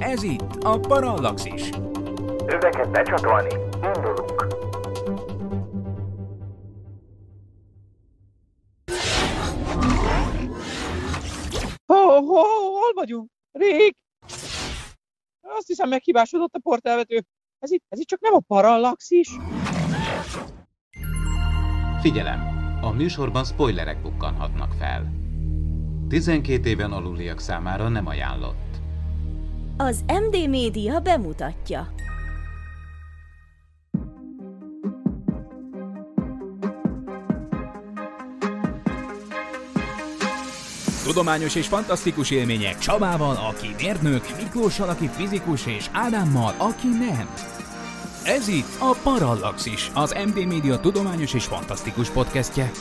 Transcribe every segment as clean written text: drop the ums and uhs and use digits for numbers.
Ez itt a Parallaxis. Öveket becsatolni, indulunk! Hol vagyunk? Rick! Azt hiszem, meghibásodott a portálvető. Ez itt csak nem a Parallaxis. Figyelem! A műsorban spoilerek bukkanhatnak fel. 12 éven aluliak számára nem ajánlott. Az MD Média bemutatja. Tudományos és fantasztikus élmények Csabával, aki mérnök, Miklóssal, aki fizikus, és Ádámmal, aki nem. Ez itt a Parallaxis, az MD Média tudományos és fantasztikus podcastje.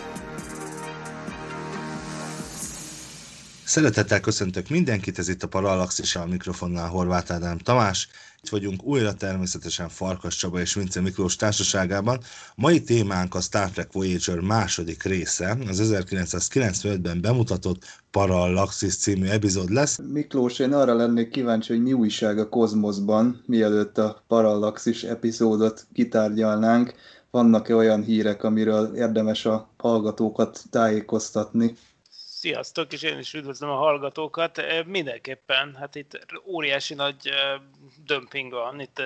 Szeretettel köszöntök mindenkit, ez itt a Parallaxis, a mikrofonnál Horváth Ádám Tamás. Itt vagyunk újra természetesen Farkas Csaba és Vince Miklós társaságában. Mai témánk a Star Trek Voyager második része, az 1995-ben bemutatott Parallaxis című epizód lesz. Miklós, én arra lennék kíváncsi, hogy mi újság a kozmoszban, mielőtt a Parallaxis epizódot kitárgyalnánk. Vannak-e olyan hírek, amiről érdemes a hallgatókat tájékoztatni? Sziasztok, és én is üdvözlöm a hallgatókat. Mindenképpen, hát itt óriási nagy dömping van, itt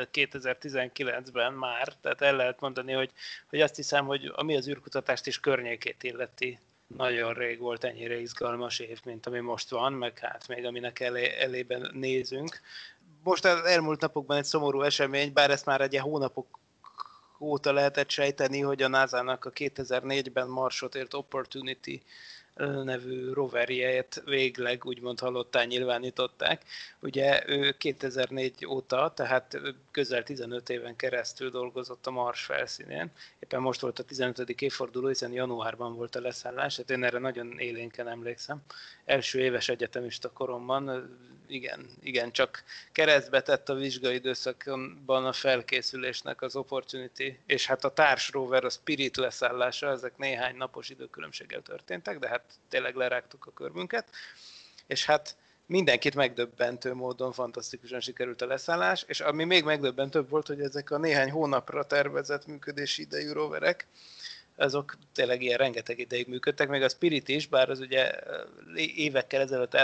2019-ben már, tehát el lehet mondani, hogy azt hiszem, hogy ami az űrkutatást és környékét illeti, nagyon rég volt ennyire izgalmas év, mint ami most van, meg hát még aminek elében nézünk. Most az elmúlt napokban egy szomorú esemény, bár ezt már egy hónapok óta lehetett sejteni, hogy a NASA-nak a 2004-ben Marsot ért Opportunity nevű roverjét végleg úgymond halottá nyilvánították. Ugye ő 2004 óta, tehát közel 15 éven keresztül dolgozott a Mars felszínén. Éppen most volt a 15. évforduló, hiszen januárban volt a leszállás, hát én erre nagyon élénken emlékszem. Első éves egyetemista koromban, igen, csak keresztbe tett a vizsgai időszakban a felkészülésnek az Opportunity, és hát a társ rover, a Spirit leszállása, ezek néhány napos időkülönbséggel történtek, de hát tényleg lerágtuk a körmünket, és hát mindenkit megdöbbentő módon fantasztikusan sikerült a leszállás, és ami még megdöbbentőbb volt, hogy ezek a néhány hónapra tervezett működési idejű roverek, azok tényleg ilyen rengeteg ideig működtek, még a Spirit is, bár az ugye évekkel ezelőtt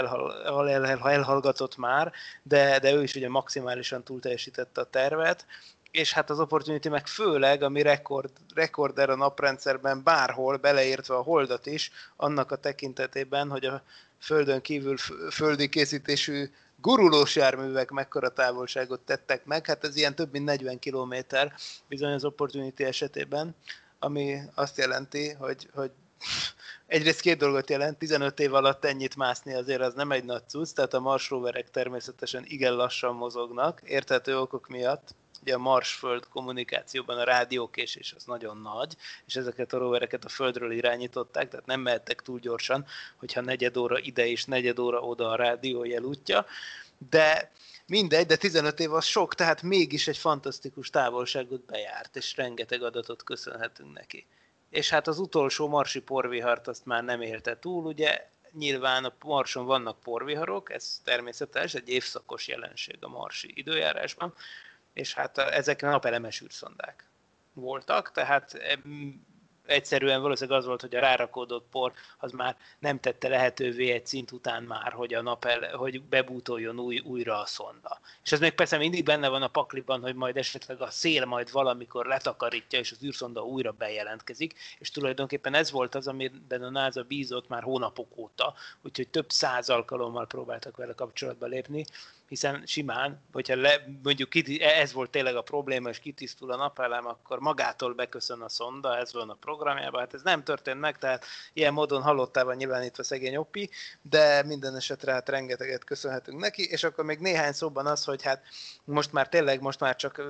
elhallgatott már, de ő is ugye maximálisan túlteljesítette a tervet, és hát az Opportunity meg főleg, ami rekorder a naprendszerben bárhol, beleértve a Holdat is, annak a tekintetében, hogy a Földön kívül földi készítésű gurulós járművek mekkora távolságot tettek meg, hát ez ilyen több mint 40 kilométer bizony az Opportunity esetében, ami azt jelenti, hogy egyrészt két dolgot jelent, 15 év alatt ennyit mászni azért az nem egy nagy cucc, tehát a Mars roverek természetesen igen lassan mozognak, érthető okok miatt. Ugye a Mars-Föld kommunikációban a rádiókésés az nagyon nagy, és ezeket a rovereket a Földről irányították, tehát nem mehettek túl gyorsan, hogyha negyed óra ide és negyed óra oda a rádiójel útja, de mindegy, de 15 év az sok, tehát mégis egy fantasztikus távolságot bejárt, és rengeteg adatot köszönhetünk neki. És hát az utolsó marsi porvihart azt már nem élte túl, ugye nyilván a Marson vannak porviharok, ez természetes, egy évszakos jelenség a marsi időjárásban, és hát ezek napelemes űrszondák voltak, tehát egyszerűen valószínűleg az volt, hogy a rárakódott por az már nem tette lehetővé egy szint után már, hogy hogy bebútoljon újra a szonda. És ez még persze mindig benne van a pakliban, hogy majd esetleg a szél majd valamikor letakarítja, és az űrszonda újra bejelentkezik, és tulajdonképpen ez volt az, amiben a NASA bízott már hónapok óta, úgyhogy több 100 alkalommal próbáltak vele kapcsolatba lépni, hiszen simán, hogyha mondjuk ez volt tényleg a probléma, és kitisztul a napelem, akkor magától beköszön a szonda, ez van a programjában, hát ez nem történt meg, tehát ilyen módon halottában nyilvánítva szegény Oppi, de minden esetre hát rengeteget köszönhetünk neki, és akkor még néhány szóban az, hogy hát most már csak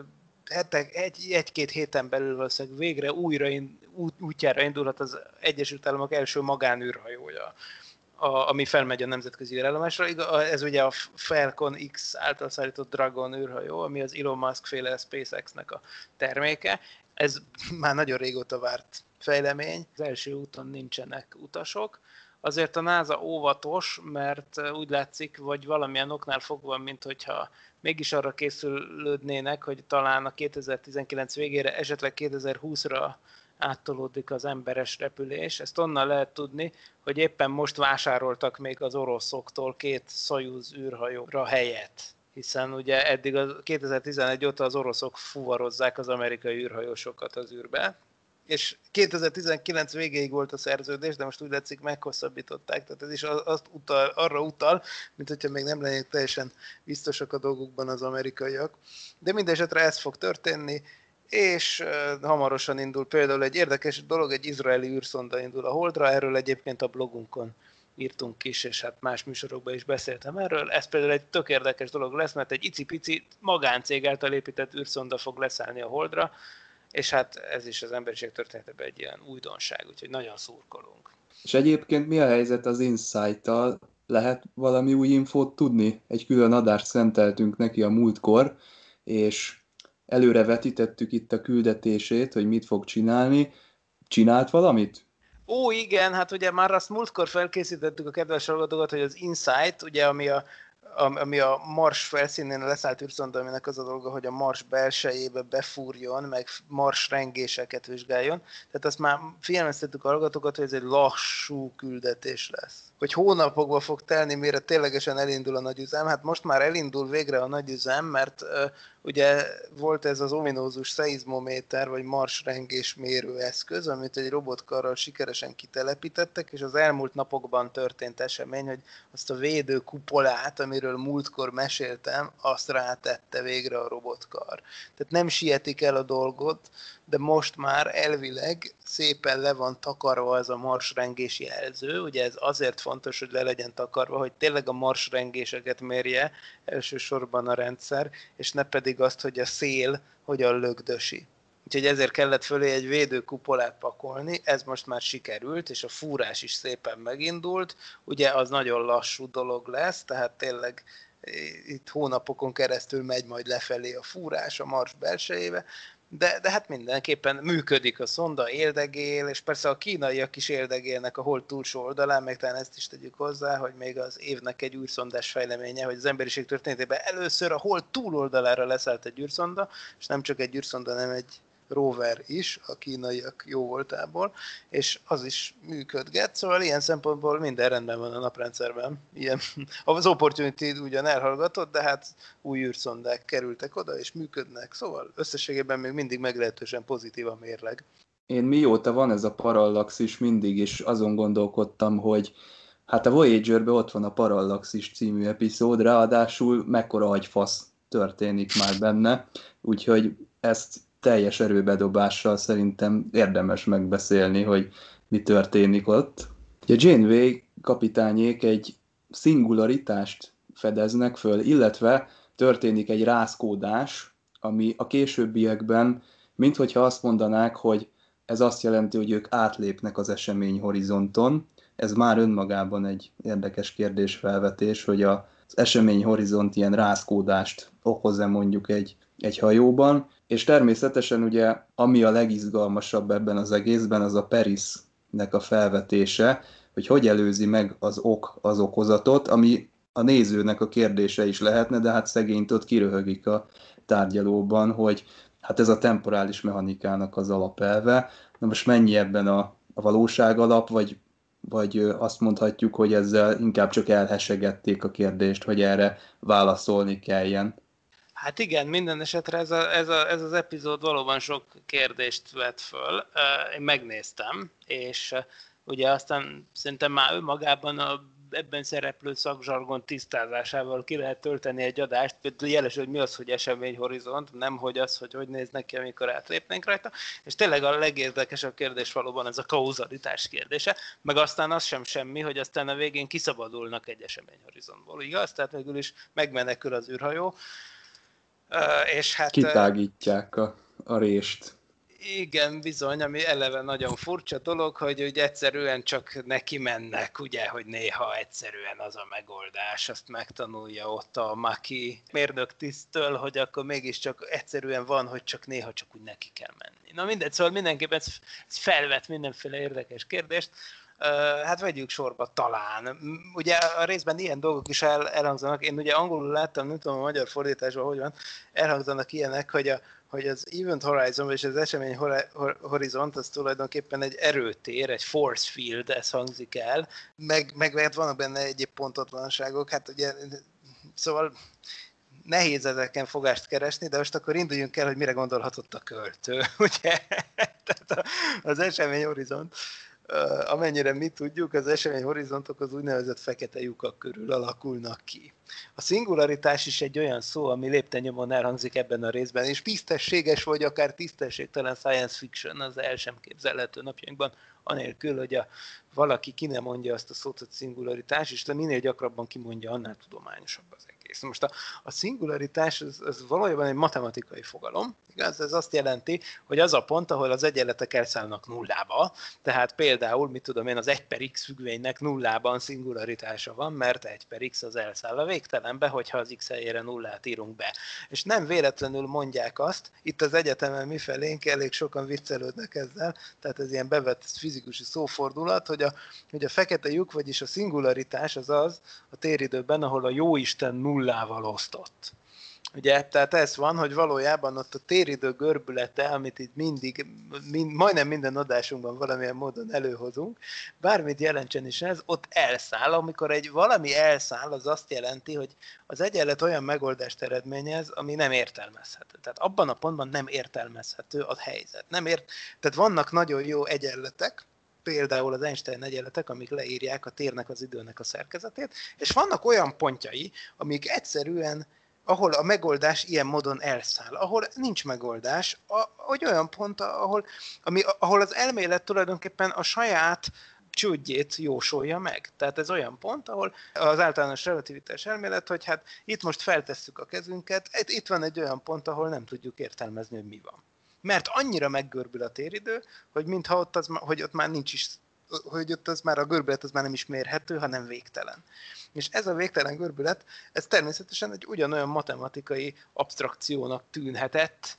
egy-két héten belül valószínűleg végre újra útjára indulhat az Egyesült Államok első magánűrhajója, ami felmegy a nemzetközi űrállomásra. Ez ugye a Falcon X által szállított Dragon űrhajó, ami az Elon Musk féle SpaceX-nek a terméke. Ez már nagyon régóta várt fejlemény. Az első úton nincsenek utasok, azért a NASA óvatos, mert úgy látszik, vagy valamilyen oknál fogva, mint hogyha mégis arra készülődnének, hogy talán a 2019 végére, esetleg 2020-ra áttolódik az emberes repülés. Ezt onnan lehet tudni, hogy éppen most vásároltak még az oroszoktól 2 Szojuz űrhajóra helyet. Hiszen ugye eddig a 2011 óta az oroszok fuvarozzák az amerikai űrhajósokat az űrbe, és 2019 végéig volt a szerződés, de most úgy látszik meghosszabbították, tehát ez is arra utal, mint hogyha még nem lennének teljesen biztosak a dolgokban az amerikaiak. De mindesetre ez fog történni, és hamarosan indul például egy érdekes dolog, egy izraeli űrszonda indul a Holdra, erről egyébként a blogunkon írtunk is, és hát más műsorokban is beszéltem erről. Ez például egy tök érdekes dolog lesz, mert egy icipici magáncég által épített űrszonda fog leszállni a Holdra, és hát ez is az emberiség történetében egy ilyen újdonság, úgyhogy nagyon szurkolunk. És egyébként mi a helyzet az Insight-tal? Lehet valami új infót tudni? Egy külön adást szenteltünk neki a múltkor, és előre vetítettük itt a küldetését, hogy mit fog csinálni. Csinált valamit? Ó, igen, hát ugye már azt múltkor felkészítettük a kedves hallgatókat, hogy az Insight, ugye, ami a Mars felszínén leszállt űrszonda, aminek az a dolga, hogy a Mars belsejébe befúrjon, meg Mars rengéseket vizsgáljon. Tehát azt már figyelmeztettük a hallgatókat, hogy ez egy lassú küldetés lesz. Hogy hónapokba fog telni, mire ténylegesen elindul a nagyüzem. Hát most már elindul végre a nagyüzem, mert ugye volt ez az ominózus szeizmométer, vagy marsrengés mérő eszköz, amit egy robotkarral sikeresen kitelepítettek, és az elmúlt napokban történt esemény, hogy azt a védőkupolát, amiről múltkor meséltem, azt rátette végre a robotkar. Tehát nem sietik el a dolgot, de most már elvileg szépen le van takarva ez a marsrengés jelző. Ugye ez azért fontos, hogy le legyen takarva, hogy tényleg a marsrengéseket mérje elsősorban a rendszer, és ne pedig azt, hogy a szél hogyan lögdösi. Úgyhogy ezért kellett fölé egy védőkupolát pakolni, ez most már sikerült, és a fúrás is szépen megindult. Ugye az nagyon lassú dolog lesz, tehát tényleg itt hónapokon keresztül megy majd lefelé a fúrás a Mars belsejébe, de hát mindenképpen működik a szonda, éldegél, és persze a kínaiak is éldegélnek a Hold túlsó oldalán, meg talán ezt is tegyük hozzá, hogy még az évnek egy űrszondás fejleménye, hogy az emberiség történetében először a Hold túloldalára leszállt egy űrszonda, és nem csak egy űrszonda, hanem egy rover is, a kínaiak jó voltából, és az is működget, szóval ilyen szempontból minden rendben van a naprendszerben. Ilyen, az Opportunity ugyan elhallgatott, de hát új űrszondák kerültek oda, és működnek, szóval összességében még mindig meglehetősen pozitív a mérleg. Én mióta van ez a Parallaxis, mindig is azon gondolkodtam, hogy hát a Voyager-ben ott van a Parallaxis című epizód, ráadásul mekkora agyfasz történik már benne, úgyhogy ezt teljes erőbedobással szerintem érdemes megbeszélni, hogy mi történik ott. A Janeway kapitányék egy szingularitást fedeznek föl, illetve történik egy rázkódás, ami a későbbiekben, minthogyha azt mondanák, hogy ez azt jelenti, hogy ők átlépnek az eseményhorizonton. Ez már önmagában egy érdekes kérdésfelvetés, hogy az eseményhorizont ilyen rázkódást okoz-e mondjuk egy hajóban. És természetesen ugye, ami a legizgalmasabb ebben az egészben, az a Perisnek a felvetése, hogy előzi meg az ok az okozatot, ami a nézőnek a kérdése is lehetne, de hát szegényt ott kiröhögik a tárgyalóban, hogy hát ez a temporális mechanikának az alapelve. Na most mennyi ebben a valóság alap, vagy azt mondhatjuk, hogy ezzel inkább csak elhesegették a kérdést, hogy erre válaszolni kelljen. Hát igen, minden esetre ez az epizód valóban sok kérdést vett föl. Én megnéztem, és ugye aztán szerintem már önmagában ebben szereplő szakzsargon tisztázásával ki lehet tölteni egy adást, például jeles, hogy mi az, hogy eseményhorizont, nem hogy az, hogy néznek ki, amikor átlépnénk rajta, és tényleg a legérdekesebb kérdés valóban ez a kauzalitás kérdése, meg aztán az sem semmi, hogy aztán a végén kiszabadulnak egy eseményhorizontból, igaz? Tehát végül is megmenekül az űrhajó, és hát... Kitágítják a rést. Igen, bizony, ami eleve nagyon furcsa dolog, hogy ugye egyszerűen csak neki mennek, ugye, hogy néha egyszerűen az a megoldás, azt megtanulja ott a Maki mérnök tiszttől, hogy akkor mégiscsak egyszerűen van, hogy csak néha csak úgy neki kell menni. Na mindegy, szóval mindenképpen ez felvet mindenféle érdekes kérdést. Hát vegyük sorba talán. Ugye a részben ilyen dolgok is elhangzanak. Én ugye angolul láttam, nem tudom a magyar fordításban hogy van, elhangzanak ilyenek, hogy az Event Horizon és az esemény horizont az tulajdonképpen egy erőtér, egy force field, ez hangzik el, meg vannak benne egyéb pontatlanságok, hát ugye, szóval nehéz ezeken fogást keresni, de most akkor induljunk el, hogy mire gondolhatott a költő, ugye? Tehát az esemény horizont, amennyire mi tudjuk, az esemény horizontok az úgynevezett fekete lyukak körül alakulnak ki. A szingularitás is egy olyan szó, ami lépten-nyomon elhangzik ebben a részben, és tisztességes vagy akár tisztességtelen science fiction az el sem képzelhető napjainkban, anélkül, hogy valaki ki nem mondja azt a szót, hogy szingularitás, és minél gyakrabban kimondja, annál tudományosabb az egész. Most a szingularitás az valójában egy matematikai fogalom, igaz? Ez azt jelenti, hogy az a pont, ahol az egyenletek elszállnak nullába, tehát például, mit tudom én, az 1/x függvénynek nullában szingularitása van, mert 1/x az elszáll a végtelenbe, hogyha az x helyére nullát írunk be. És nem véletlenül mondják azt, itt az egyetemen mifelénk elég sokan viccelődnek ezzel, tehát ez ilyen bevett fizikusi szófordulat, hogy a fekete lyuk, vagyis a szingularitás az a téridőben, ahol a jóisten nullával osztott. Ugye, tehát ez van, hogy valójában ott a téridő görbülete, amit itt majdnem minden adásunkban valamilyen módon előhozunk, bármit jelentsen is ez, ott elszáll. Amikor valami elszáll, az azt jelenti, hogy az egyenlet olyan megoldást eredményez, ami nem értelmezhető. Tehát abban a pontban nem értelmezhető a helyzet. Tehát vannak nagyon jó egyenletek, például az Einstein egyenletek, amik leírják a térnek, az időnek a szerkezetét, és vannak olyan pontjai, amik egyszerűen, ahol a megoldás ilyen módon elszáll, ahol nincs megoldás, hogy olyan pont, ahol az elmélet tulajdonképpen a saját csődjét jósolja meg. Tehát ez olyan pont, ahol az általános relativitás elmélet, hogy hát itt most feltesszük a kezünket, itt van egy olyan pont, ahol nem tudjuk értelmezni, hogy mi van. Mert annyira meggörbül a téridő, hogy mintha ott már nincs is, hogy ott az már a görbület az már nem is mérhető, hanem végtelen. És ez a végtelen görbület, ez természetesen egy ugyanolyan matematikai abstrakciónak tűnhetett,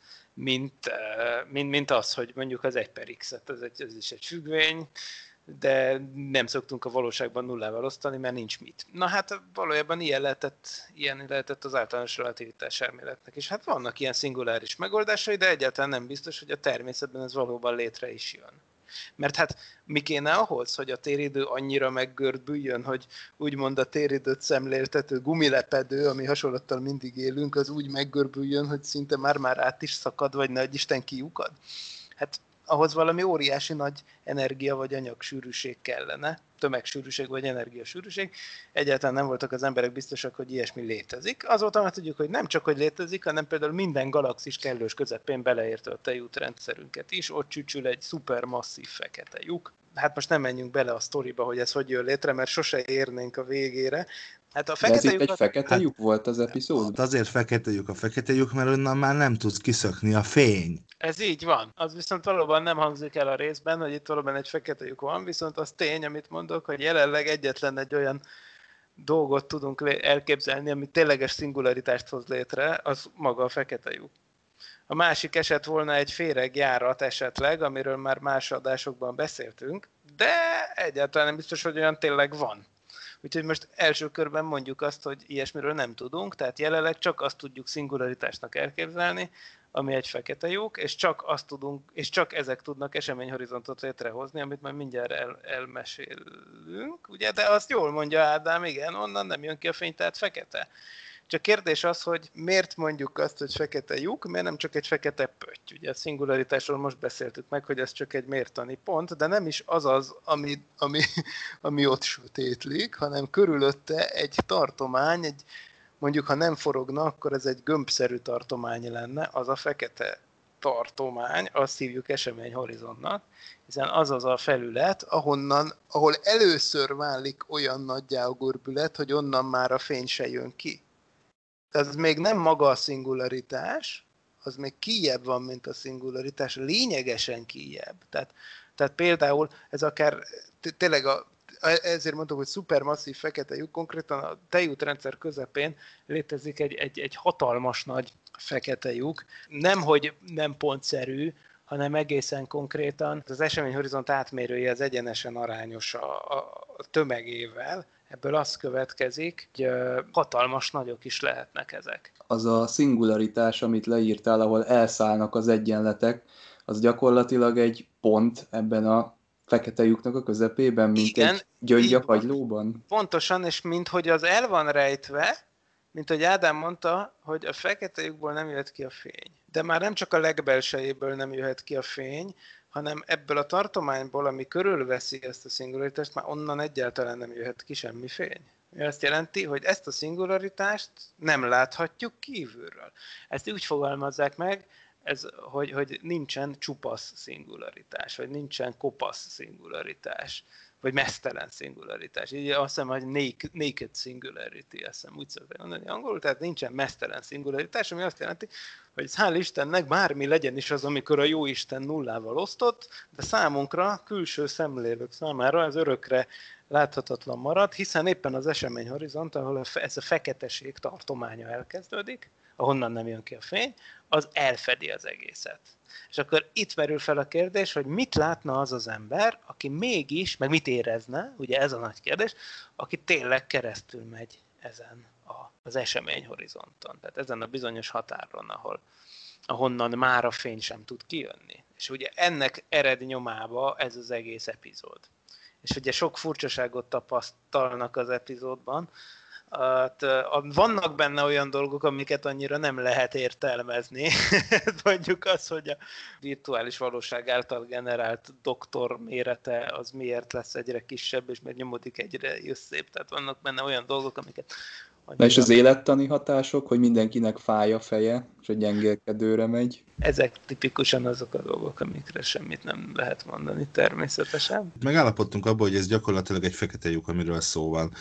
mint az, hogy mondjuk az 1/x-et, ez is egy függvény, de nem szoktunk a valóságban nullával osztani, mert nincs mit. Na hát valójában ilyen lehetett az általános relativitás elméletnek. És hát vannak ilyen szinguláris megoldásai, de egyáltalán nem biztos, hogy a természetben ez valóban létre is jön. Mert hát mi kéne ahhoz, hogy a téridő annyira meggörbüljön, hogy úgymond a téridőt szemléltető gumilepedő, ami hasonlattal mindig élünk, az úgy meggörbüljön, hogy szinte már át is szakad, vagy nagy Isten kiukad? Hát ahhoz valami óriási nagy energia vagy anyagsűrűség kellene, tömegsűrűség vagy energiasűrűség. Egyáltalán nem voltak az emberek biztosak, hogy ilyesmi létezik. Azóta már tudjuk, hogy nem csak, hogy létezik, hanem például minden galaxis kellős közepén beleértő a tejútrendszerünket is, ott csücsül egy szupermasszív fekete lyuk. Hát most nem menjünk bele a sztoriba, hogy ez hogy jön létre, mert sose érnénk a végére. Hát a fekete ez itt egy fekete lyuk volt az epizód? Azért fekete lyuk, mert onnan már nem tudsz kiszökni a fény. Ez így van. Az viszont valóban nem hangzik el a részben, hogy itt valóban egy fekete lyuk van, viszont az tény, amit mondok, hogy jelenleg egyetlen egy olyan dolgot tudunk elképzelni, ami tényleges szingularitást hoz létre, az maga a fekete lyuk. A másik eset volna egy féregjárat esetleg, amiről már más adásokban beszéltünk, de egyáltalán nem biztos, hogy olyan tényleg van. Úgyhogy most első körben mondjuk azt, hogy ilyesmiről nem tudunk, tehát jelenleg csak azt tudjuk szingularitásnak elképzelni, ami egy fekete lyuk, és csak ezek tudnak eseményhorizontot létrehozni, amit majd mindjárt elmesélünk, ugye? De azt jól mondja Ádám, igen, onnan nem jön ki a fény, tehát fekete. Csak kérdés az, hogy miért mondjuk azt, hogy fekete lyuk, miért nem csak egy fekete pötty. Ugye a szingularitásról most beszéltük meg, hogy ez csak egy mértani pont, de nem is az, ami ott sötétlik, hanem körülötte egy tartomány, mondjuk ha nem forogna, akkor ez egy gömbszerű tartomány lenne, az a fekete tartomány, azt hívjuk eseményhorizontnak, hiszen az a felület, ahol először válik olyan nagyjá a görbület, hogy onnan már a fény se jön ki. Tehát ez még nem maga a szingularitás, az még kijjebb van, mint a szingularitás, lényegesen kijjebb. Tehát például ez akár tényleg ezért mondtuk, hogy szupermasszív fekete lyuk, konkrétan a tejútrendszer közepén létezik egy hatalmas nagy fekete lyuk. Nem, hogy nem pontszerű, hanem egészen konkrétan az eseményhorizont átmérője az egyenesen arányos a tömegével. Ebből az következik, hogy hatalmas nagyok is lehetnek ezek. Az a szingularitás, amit leírtál, ahol elszállnak az egyenletek, az gyakorlatilag egy pont ebben a fekete lyuknak a közepében, mint igen, egy gyöngy a kagylóban? Pontosan, és minthogy az el van rejtve, mint hogy Ádám mondta, hogy a fekete lyukból nem jöhet ki a fény. De már nem csak a legbelsejéből nem jöhet ki a fény, hanem ebből a tartományból, ami körülveszi ezt a szingularitást, már onnan egyáltalán nem jöhet ki semmi fény. Ez azt jelenti, hogy ezt a szingularitást nem láthatjuk kívülről. Ezt úgy fogalmazzák meg, hogy nincsen csupasz szingularitás, vagy nincsen kopasz szingularitás, vagy meztelen szingularitás. Így azt hiszem, hogy naked singularity, azt hiszem úgy szokták mondani angolul, tehát nincsen meztelen szingularitás, ami azt jelenti, hogy hál' Istennek bármi legyen is az, amikor a Jóisten nullával osztott, de számunkra, külső szemlélők számára ez örökre láthatatlan marad, hiszen éppen az eseményhorizont, ahol ez a feketeség tartománya elkezdődik, ahonnan nem jön ki a fény, az elfedi az egészet. És akkor itt merül fel a kérdés, hogy mit látna az az ember, aki mégis, meg mit érezne, ugye ez a nagy kérdés, aki tényleg keresztül megy ezen az eseményhorizonton. Tehát ezen a bizonyos határon, ahonnan már a fény sem tud kijönni. És ugye ennek ered nyomába ez az egész epizód. És ugye sok furcsaságot tapasztalnak az epizódban. Hát, vannak benne olyan dolgok, amiket annyira nem lehet értelmezni. Mondjuk az, hogy a virtuális valóság által generált doktor mérete az miért lesz egyre kisebb, és miért nyomodik egyre összébb. Tehát vannak benne olyan dolgok, amiket... Na és az élettani hatások, hogy mindenkinek fáj a feje, és a gyengélkedőre megy? Ezek tipikusan azok a dolgok, amikre semmit nem lehet mondani természetesen. Megállapodtunk abban, hogy ez gyakorlatilag egy fekete lyuk, amiről szó van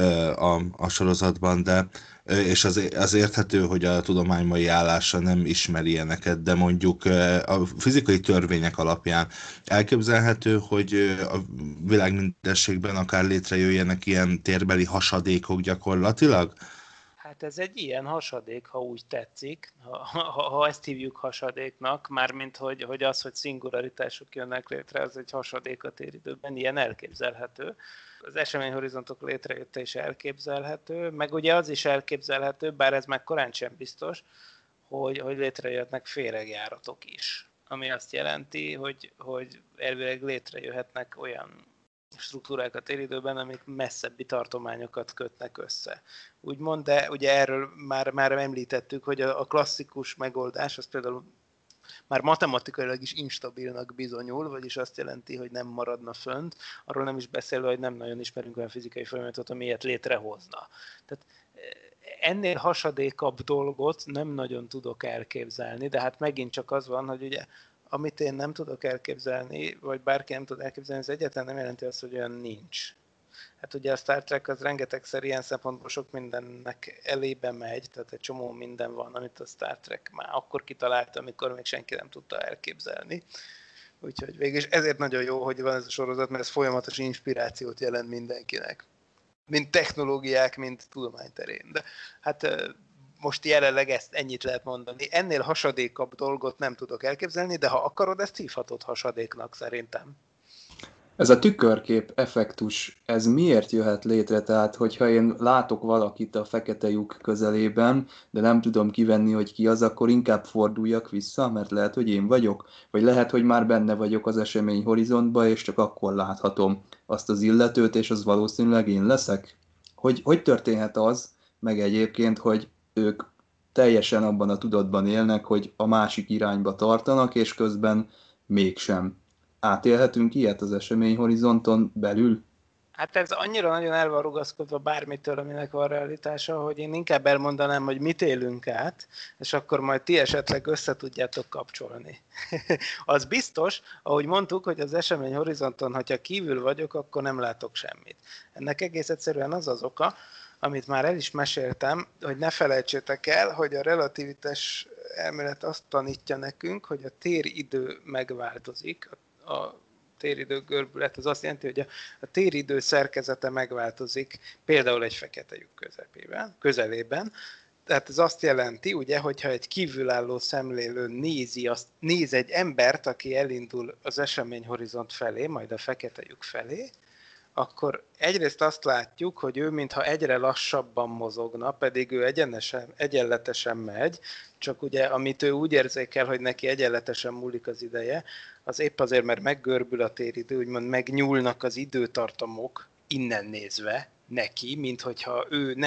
a sorozatban, de és az érthető, hogy a tudomány mai állása nem ismeri ilyeneket, de mondjuk a fizikai törvények alapján elképzelhető, hogy a világ mindességben akár létrejöjjenek ilyen térbeli hasadékok gyakorlatilag? Hát ez egy ilyen hasadék, ha úgy tetszik, ha ezt hívjuk hasadéknak, mármint hogy az, hogy szingularitások jönnek létre, az egy hasadék a téridőben, ilyen elképzelhető. Az eseményhorizontok létrejötte is elképzelhető, meg ugye az is elképzelhető, bár ez meg korán sem biztos, hogy létrejöhetnek féregjáratok is. Ami azt jelenti, hogy elvileg létrejöhetnek olyan struktúrák a téridőben, amik messzebbi tartományokat kötnek össze. Úgymond, de ugye erről már említettük, hogy a klasszikus megoldás az például már matematikailag is instabilnak bizonyul, vagyis azt jelenti, hogy nem maradna fönt, arról nem is beszélve, hogy nem nagyon ismerünk olyan fizikai folyamatot, ami ilyet létrehozna. Tehát ennél hasadékabb dolgot nem nagyon tudok elképzelni, de hát megint csak az van, hogy ugye amit én nem tudok elképzelni, vagy bárki nem tud elképzelni, ez egyáltalán nem jelenti azt, hogy olyan nincs. Hát ugye a Star Trek az rengetegszer ilyen szempontból sok mindennek elébe megy, tehát egy csomó minden van, amit a Star Trek már akkor kitalálta, amikor még senki nem tudta elképzelni. Úgyhogy végülis ezért nagyon jó, hogy van ez a sorozat, mert ez folyamatos inspirációt jelent mindenkinek. Mind technológiák, mind tudományterén. De hát most jelenleg ennyit lehet mondani. Ennél hasadékabb dolgot nem tudok elképzelni, de ha akarod, ezt hívhatod hasadéknak szerintem. Ez a tükörkép effektus, ez miért jöhet létre? Tehát, hogyha én látok valakit a fekete lyuk közelében, de nem tudom kivenni, hogy ki az, akkor inkább forduljak vissza, mert lehet, hogy én vagyok, vagy lehet, hogy már benne vagyok az esemény horizontban, és csak akkor láthatom azt az illetőt, és az valószínűleg én leszek? Hogy történhet az, meg egyébként, hogy ők teljesen abban a tudatban élnek, hogy a másik irányba tartanak, és közben mégsem. Átélhetünk ilyet az eseményhorizonton belül? Hát ez annyira nagyon el van rugaszkodva bármitől, aminek van realitása, hogy én inkább elmondanám, hogy mit élünk át, és akkor majd ti esetleg össze tudjátok kapcsolni. Az biztos, ahogy mondtuk, hogy az eseményhorizonton, hogyha kívül vagyok, akkor nem látok semmit. Ennek egész egyszerűen az az oka, amit már el is meséltem, hogy ne felejtsétek el, hogy a relativitás elmélet azt tanítja nekünk, hogy a téridő megváltozik. A téridő görbület az azt jelenti, hogy a téridő szerkezete megváltozik, például egy fekete lyuk közelében. Tehát ez azt jelenti, ugye, hogyha egy kívülálló szemlélő néz egy embert, aki elindul az eseményhorizont felé, majd a fekete lyuk felé, akkor egyrészt azt látjuk, hogy ő mintha egyre lassabban mozogna, pedig ő egyenletesen megy, csak ugye amit ő úgy érzékel, hogy neki egyenletesen múlik az ideje, az épp azért, mert meggörbül a téridő, úgymond megnyúlnak az időtartamok innen nézve neki, mint hogyha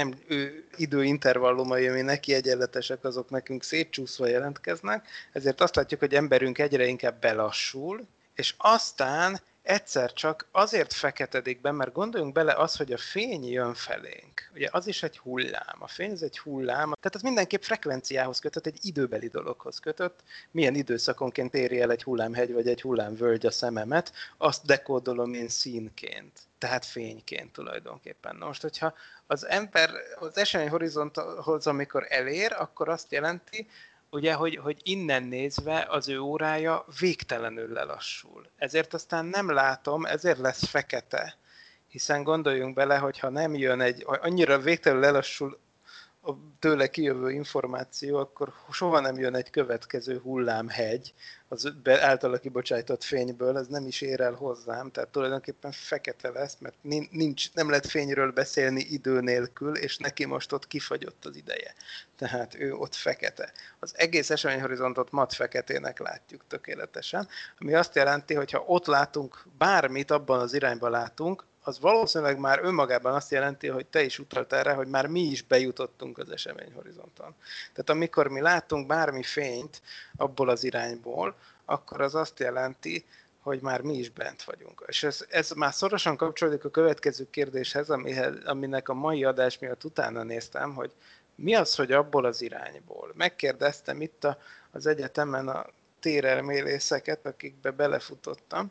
ő időintervallumai, ami neki egyenletesek, azok nekünk szétcsúszva jelentkeznek, ezért azt látjuk, hogy emberünk egyre inkább belassul, és aztán egyszer csak azért feketedik be, mert gondoljunk bele az, hogy a fény jön felénk. Ugye az is egy hullám. A fény ez egy hullám, tehát az mindenképp frekvenciához kötött, egy időbeli dologhoz kötött. Milyen időszakonként éri el egy hullámhegy vagy egy hullámvölgy a szememet, azt dekódolom én színként, tehát fényként tulajdonképpen. Na most, hogyha az ember az eseményhorizonthoz, amikor elér, akkor azt jelenti, ugye, hogy innen nézve az ő órája végtelenül lelassul. Ezért aztán nem látom, ezért lesz fekete. Hiszen gondoljunk bele, hogyha nem jön annyira végtelenül lelassul a tőle kijövő információ, akkor soha nem jön egy következő hullámhegy az általa kibocsájtott fényből, ez nem is ér el hozzám, tehát tulajdonképpen fekete lesz, mert nem lehet fényről beszélni idő nélkül, és neki most ott kifagyott az ideje. Tehát ő ott fekete. Az egész eseményhorizontot mat feketének látjuk tökéletesen, ami azt jelenti, hogy ha ott látunk bármit, abban az irányban látunk, az valószínűleg már önmagában azt jelenti, hogy te is utalt erre, hogy már mi is bejutottunk az eseményhorizonton. Tehát amikor mi látunk bármi fényt abból az irányból, akkor az azt jelenti, hogy már mi is bent vagyunk. És ez már szorosan kapcsolódik a következő kérdéshez, aminek a mai adás miatt utána néztem, hogy mi az, hogy abból az irányból. Megkérdeztem itt az egyetemen a térelmélészeket, akikbe belefutottam,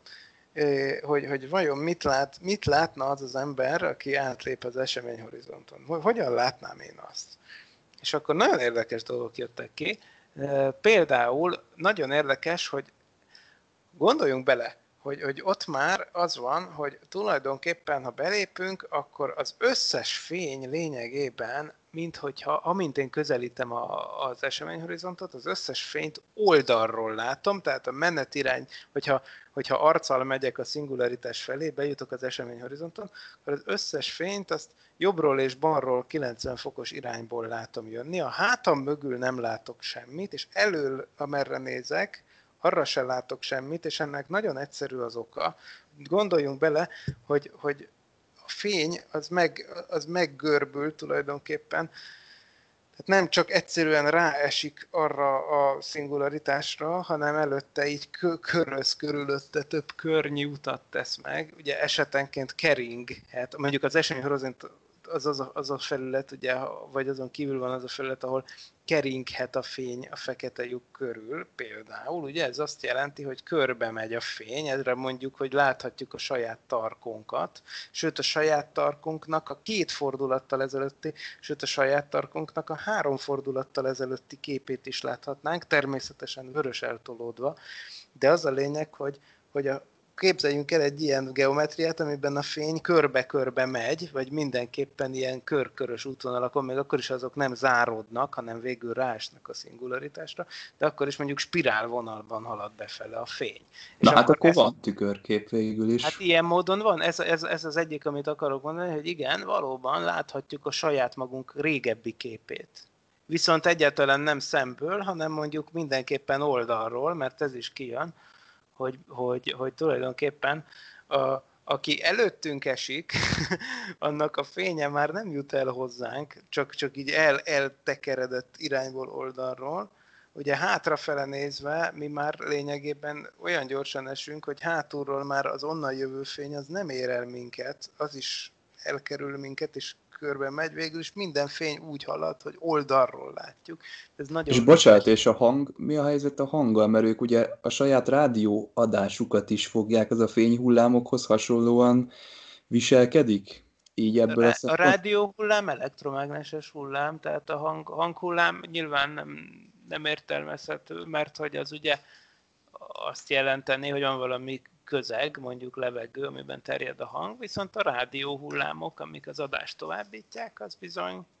hogy vajon mit látna az az ember, aki átlép az eseményhorizonton. Hogyan látnám én azt? És akkor nagyon érdekes dolgok jöttek ki. Például nagyon érdekes, hogy gondoljunk bele, hogy ott már az van, hogy tulajdonképpen, ha belépünk, akkor az összes fény lényegében, minthogyha, amint én közelítem az eseményhorizontot, az összes fényt oldalról látom, tehát a menetirány, hogyha arccal megyek a szingularitás felé, bejutok az eseményhorizonton, akkor az összes fényt azt jobbról és balról 90 fokos irányból látom jönni, a hátam mögül nem látok semmit, és elől, amerre nézek, arra se látok semmit, és ennek nagyon egyszerű az oka. Gondoljunk bele, hogy a fény az meggörbül tulajdonképpen, tehát nem csak egyszerűen ráesik arra a szingularitásra, hanem előtte így körülötte több környi utat tesz meg. Ugye esetenként keringhet, mondjuk az eseményhorizont az a felület, ugye, vagy azon kívül van az a felület, ahol keringhet a fény a fekete lyuk körül, például, ugye ez azt jelenti, hogy körbe megy a fény, ezre mondjuk, hogy láthatjuk a saját tarkunkat, sőt a saját tarkunknak a 2 fordulattal ezelőtti, sőt a saját tarkunknak a 3 fordulattal ezelőtti képét is láthatnánk, természetesen vörös eltolódva, de az a lényeg, hogy képzeljünk el egy ilyen geometriát, amiben a fény körbe-körbe megy, vagy mindenképpen ilyen körkörös útvonalakon, még akkor is azok nem záródnak, hanem végül ráesnek a szingularitásra, de akkor is mondjuk spirálvonalban halad befele a fény. Na és hát akkor van tükörkép végül is. Hát ilyen módon van, ez az egyik, amit akarok mondani, hogy igen, valóban láthatjuk a saját magunk régebbi képét. Viszont egyáltalán nem szemből, hanem mondjuk mindenképpen oldalról, mert ez is kijön, hogy tulajdonképpen aki előttünk esik, annak a fénye már nem jut el hozzánk, csak így eltekeredett irányból, oldalról. Ugye hátrafele nézve mi már lényegében olyan gyorsan esünk, hogy hátulról már az onnan jövő fény az nem ér el minket, az is elkerül minket, és körbe megy végül, és minden fény úgy halad, hogy oldalról látjuk. Ez nagyon és bocsánat, és a hang, mi a helyzet a hanggal? Mert ők ugye a saját rádióadásukat is fogják, az a fényhullámokhoz hasonlóan viselkedik? Így ebből a rádióhullám elektromágneses hullám, tehát a hanghullám nyilván nem értelmezhető, mert hogy az ugye azt jelenteni, hogy van valami közeg, mondjuk levegő, amiben terjed a hang, viszont a rádióhullámok, amik az adást továbbítják, az bizony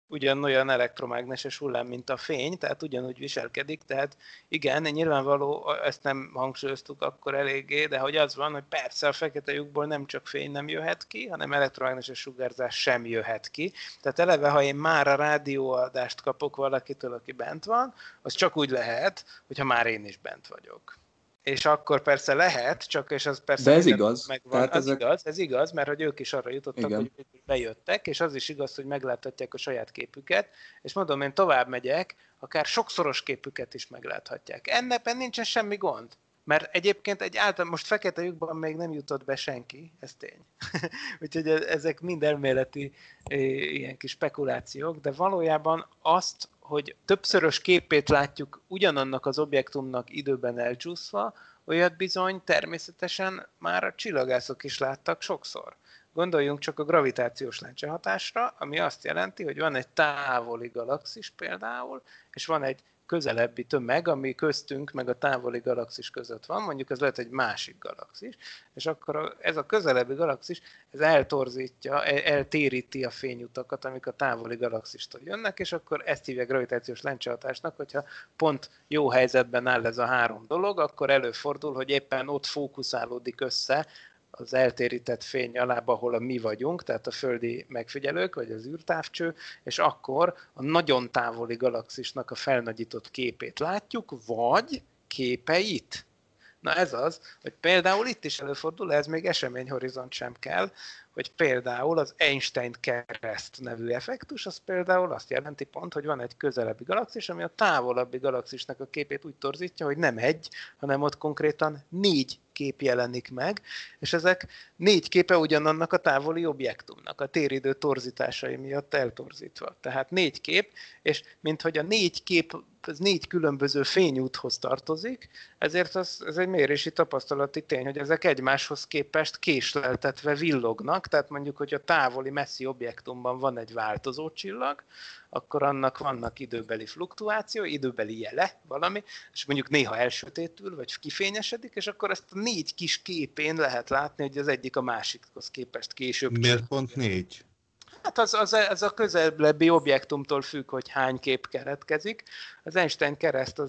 ugyanolyan elektromágneses hullám, mint a fény, tehát ugyanúgy viselkedik, tehát igen, nyilvánvaló, ezt nem hangsúlyoztuk akkor eléggé, de hogy az van, hogy persze a fekete lyukból nem csak fény nem jöhet ki, hanem elektromágneses sugárzás sem jöhet ki. Tehát eleve, ha én már a rádióadást kapok valakitől, aki bent van, az csak úgy lehet, hogyha már én is bent vagyok. És akkor persze lehet, csak és az persze... De ez igaz. Megvan. Ez igaz, mert hogy ők is arra jutottak, igen, hogy bejöttek, és az is igaz, hogy megláthatják a saját képüket, és mondom, én tovább megyek, akár sokszoros képüket is megláthatják. Ennek nincsen semmi gond. Mert egyébként most fekete lyukban még nem jutott be senki, ez tény. Úgyhogy ezek mind elméleti ilyen kis spekulációk, de valójában azt, hogy többszörös képét látjuk ugyanannak az objektumnak időben elcsúszva, olyat bizony természetesen már a csillagászok is láttak sokszor. Gondoljunk csak a gravitációs lencsehatásra, ami azt jelenti, hogy van egy távoli galaxis például, és van egy közelebbi tömeg, ami köztünk meg a távoli galaxis között van, mondjuk ez lehet egy másik galaxis, és akkor ez a közelebbi galaxis, ez eltorzítja, eltéríti a fényutakat, amik a távoli galaxistól jönnek, és akkor ezt hívják gravitációs lencsehatásnak, hogyha pont jó helyzetben áll ez a három dolog, akkor előfordul, hogy éppen ott fókuszálódik össze az eltérített fény alába, ahol a mi vagyunk, tehát a földi megfigyelők, vagy az űrtávcső, és akkor a nagyon távoli galaxisnak a felnagyított képét látjuk, vagy képeit. Na ez az, hogy például itt is előfordul, ez még eseményhorizont sem kell, hogy például az Einstein-kereszt nevű effektus, az például azt jelenti pont, hogy van egy közelebbi galaxis, ami a távolabbi galaxisnak a képét úgy torzítja, hogy nem egy, hanem ott konkrétan 4 kép jelenik meg, és ezek 4 képe ugyanannak a távoli objektumnak, a téridő torzításai miatt eltorzítva. Tehát 4 kép, és minthogy a 4 kép az 4 különböző fényúthoz tartozik, ezért ez egy mérési tapasztalati tény, hogy ezek egymáshoz képest késleltetve villognak, tehát mondjuk, hogy a távoli messzi objektumban van egy változó csillag, akkor annak vannak időbeli fluktuáció, időbeli jele, valami, és mondjuk néha elsötétül, vagy kifényesedik, és akkor ezt a 4 kis képén lehet látni, hogy az egyik a másikhoz képest később. Miért pont 4? Hát az a közelebbi objektumtól függ, hogy hány kép keretkezik. Az Einstein-kereszt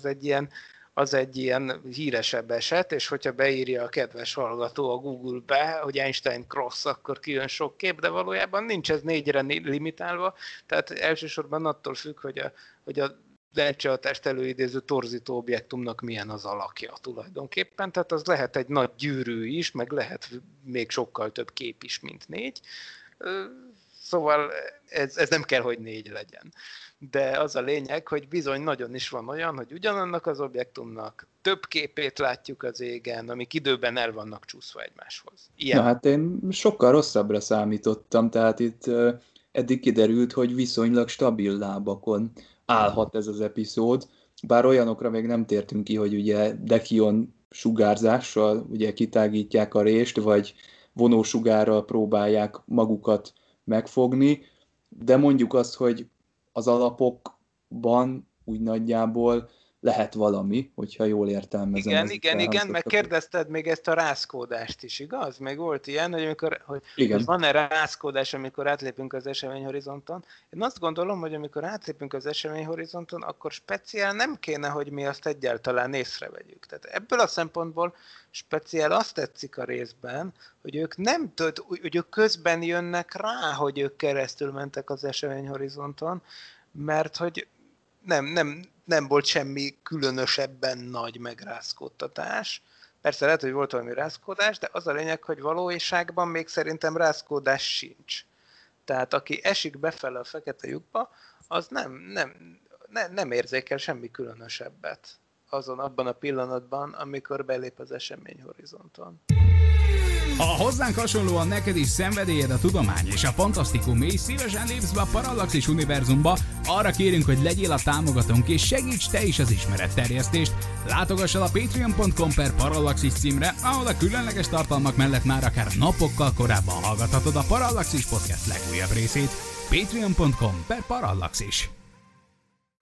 az egy ilyen híresebb eset, és hogyha beírja a kedves hallgató a Google-be, hogy Einstein Cross, akkor kijön sok kép, de valójában nincs ez 4-re limitálva, tehát elsősorban attól függ, hogy a lencsehatást előidéző torzító objektumnak milyen az alakja tulajdonképpen, tehát az lehet egy nagy gyűrű is, meg lehet még sokkal több kép is, mint 4. Szóval ez nem kell, hogy 4 legyen. De az a lényeg, hogy bizony nagyon is van olyan, hogy ugyanannak az objektumnak több képét látjuk az égen, amik időben el vannak csúszva egymáshoz. Ilyen. Na hát én sokkal rosszabbra számítottam, tehát itt eddig kiderült, hogy viszonylag stabil lábakon állhat ez az epizód, bár olyanokra még nem tértünk ki, hogy ugye dekion sugárzással ugye kitágítják a rést, vagy vonósugárral próbálják magukat megfogni, de mondjuk azt, hogy az alapokban úgy nagyjából lehet valami, hogyha jól értelmezem. Igen, meg kérdezted még ezt a rázkódást is, igaz? Meg volt ilyen, hogy van-e rázkódás, amikor átlépünk az eseményhorizonton. Én azt gondolom, hogy amikor átlépünk az eseményhorizonton, akkor speciál nem kéne, hogy mi azt egyáltalán észrevegyük. Tehát ebből a szempontból speciál azt tetszik a részben, hogy ők hogy ők közben jönnek rá, hogy ők keresztül mentek az eseményhorizonton, mert hogy nem volt semmi különösebben nagy megrázkódtatás. Persze lehet, hogy volt valami rázkódás, de az a lényeg, hogy valóságban még szerintem rázkódás sincs. Tehát aki esik befele a fekete lyukba, az nem érzékel semmi különösebbet abban a pillanatban, amikor belép az eseményhorizonton. Ha hozzánk hasonlóan neked is szenvedélyed a tudomány és a fantasztikum, és szívesen lépsz be a Parallaxis univerzumba, arra kérünk, hogy legyél a támogatónk és segíts te is az ismeretterjesztést. Látogass el a patreon.com/Parallaxis címre, ahol a különleges tartalmak mellett már akár napokkal korábban hallgathatod a Parallaxis podcast legújabb részét. Patreon.com/Parallaxis.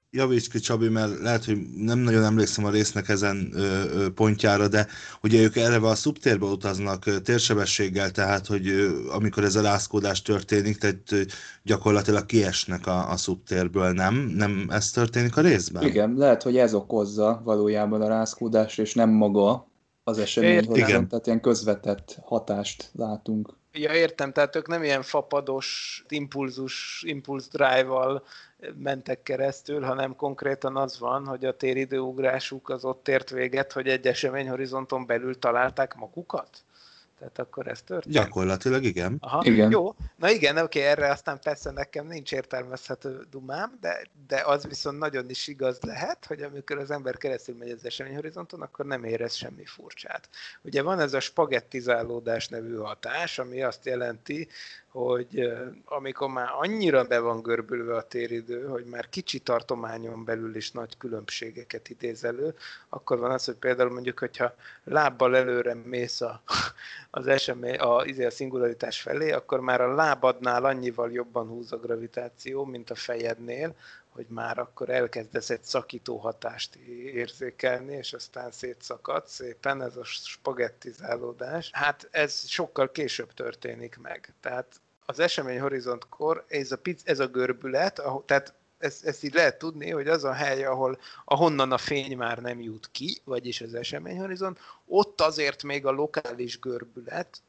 Javíts ki, Csabi, mert lehet, hogy nem nagyon emlékszem a résznek ezen pontjára, de ugye ők eleve a szubtérbe utaznak térsebességgel, tehát hogy amikor ez a rázkódás történik, tehát gyakorlatilag kiesnek a szubtérből, nem? Nem ez történik a részben? Igen, lehet, hogy ez okozza valójában a rázkódást, és nem maga az eseményhorizont, Igen. tehát ilyen közvetett hatást látunk. Ja, értem, tehát ők nem ilyen fapados, impulz drive-val mentek keresztül, hanem konkrétan az van, hogy a téridőugrásuk az ott ért véget, hogy egy eseményhorizonton belül találták magukat? Tehát akkor ez történt? Gyakorlatilag igen. Aha, Igen. jó. Na igen, oké, erre aztán persze nekem nincs értelmezhető dumám, de az viszont nagyon is igaz lehet, hogy amikor az ember keresztül megy az eseményhorizonton, akkor nem érez semmi furcsát. Ugye van ez a spagettizálódás nevű hatás, ami azt jelenti, hogy amikor már annyira be van görbülve a téridő, hogy már kicsi tartományon belül is nagy különbségeket idéz elő, akkor van az, hogy például mondjuk, hogyha lábbal előre mész az esemény, a szingularitás felé, akkor már a lábadnál annyival jobban húz a gravitáció, mint a fejednél, hogy már akkor elkezdesz egy szakító hatást érzékelni, és aztán szétszakad szépen ez a spagettizálódás. Hát ez sokkal később történik meg. Tehát az eseményhorizontkor ez a görbület, tehát ezt így lehet tudni, hogy az a hely, ahonnan a fény már nem jut ki, vagyis az eseményhorizont, ott azért még a lokális görbület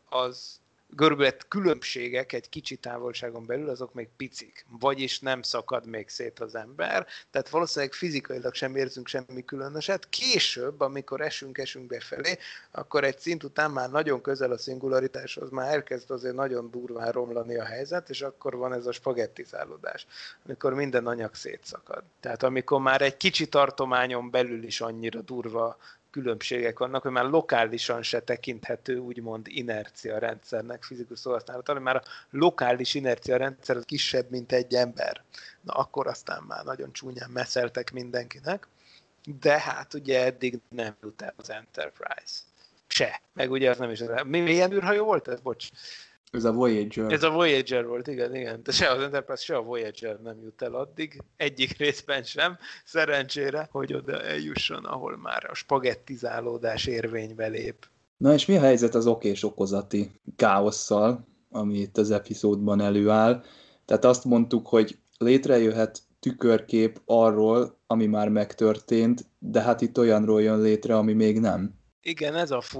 különbségek egy kicsi távolságon belül, azok még picik, vagyis nem szakad még szét az ember, tehát valószínűleg fizikailag sem érzünk semmi különöset. Később, amikor esünk befelé, akkor egy szint után már nagyon közel a szingularitáshoz, már elkezd azért nagyon durván romlani a helyzet, és akkor van ez a spagettizálódás, amikor minden anyag szétszakad. Tehát amikor már egy kicsi tartományon belül is annyira durva különbségek vannak, hogy már lokálisan se tekinthető úgymond inercia rendszernek fizikus szóhasználat, ami már a lokális inercia rendszer az kisebb, mint egy ember. Na akkor aztán már nagyon csúnyán messzeltek mindenkinek, de hát ugye eddig nem jut el az Enterprise. Se. Meg ugye az nem is az. Milyen űrhajó volt ez? Bocs. Ez a Voyager. Ez a Voyager volt, igen. De se az Enterprise, se a Voyager nem jut el addig, egyik részben sem, szerencsére, hogy oda eljusson, ahol már a spagettizálódás érvénybe lép. Na és mi a helyzet az okés okozati káosszal, ami itt az epizódban előáll? Tehát azt mondtuk, hogy létrejöhet tükörkép arról, ami már megtörtént, de hát itt olyanról jön létre, ami még nem. Igen, ez a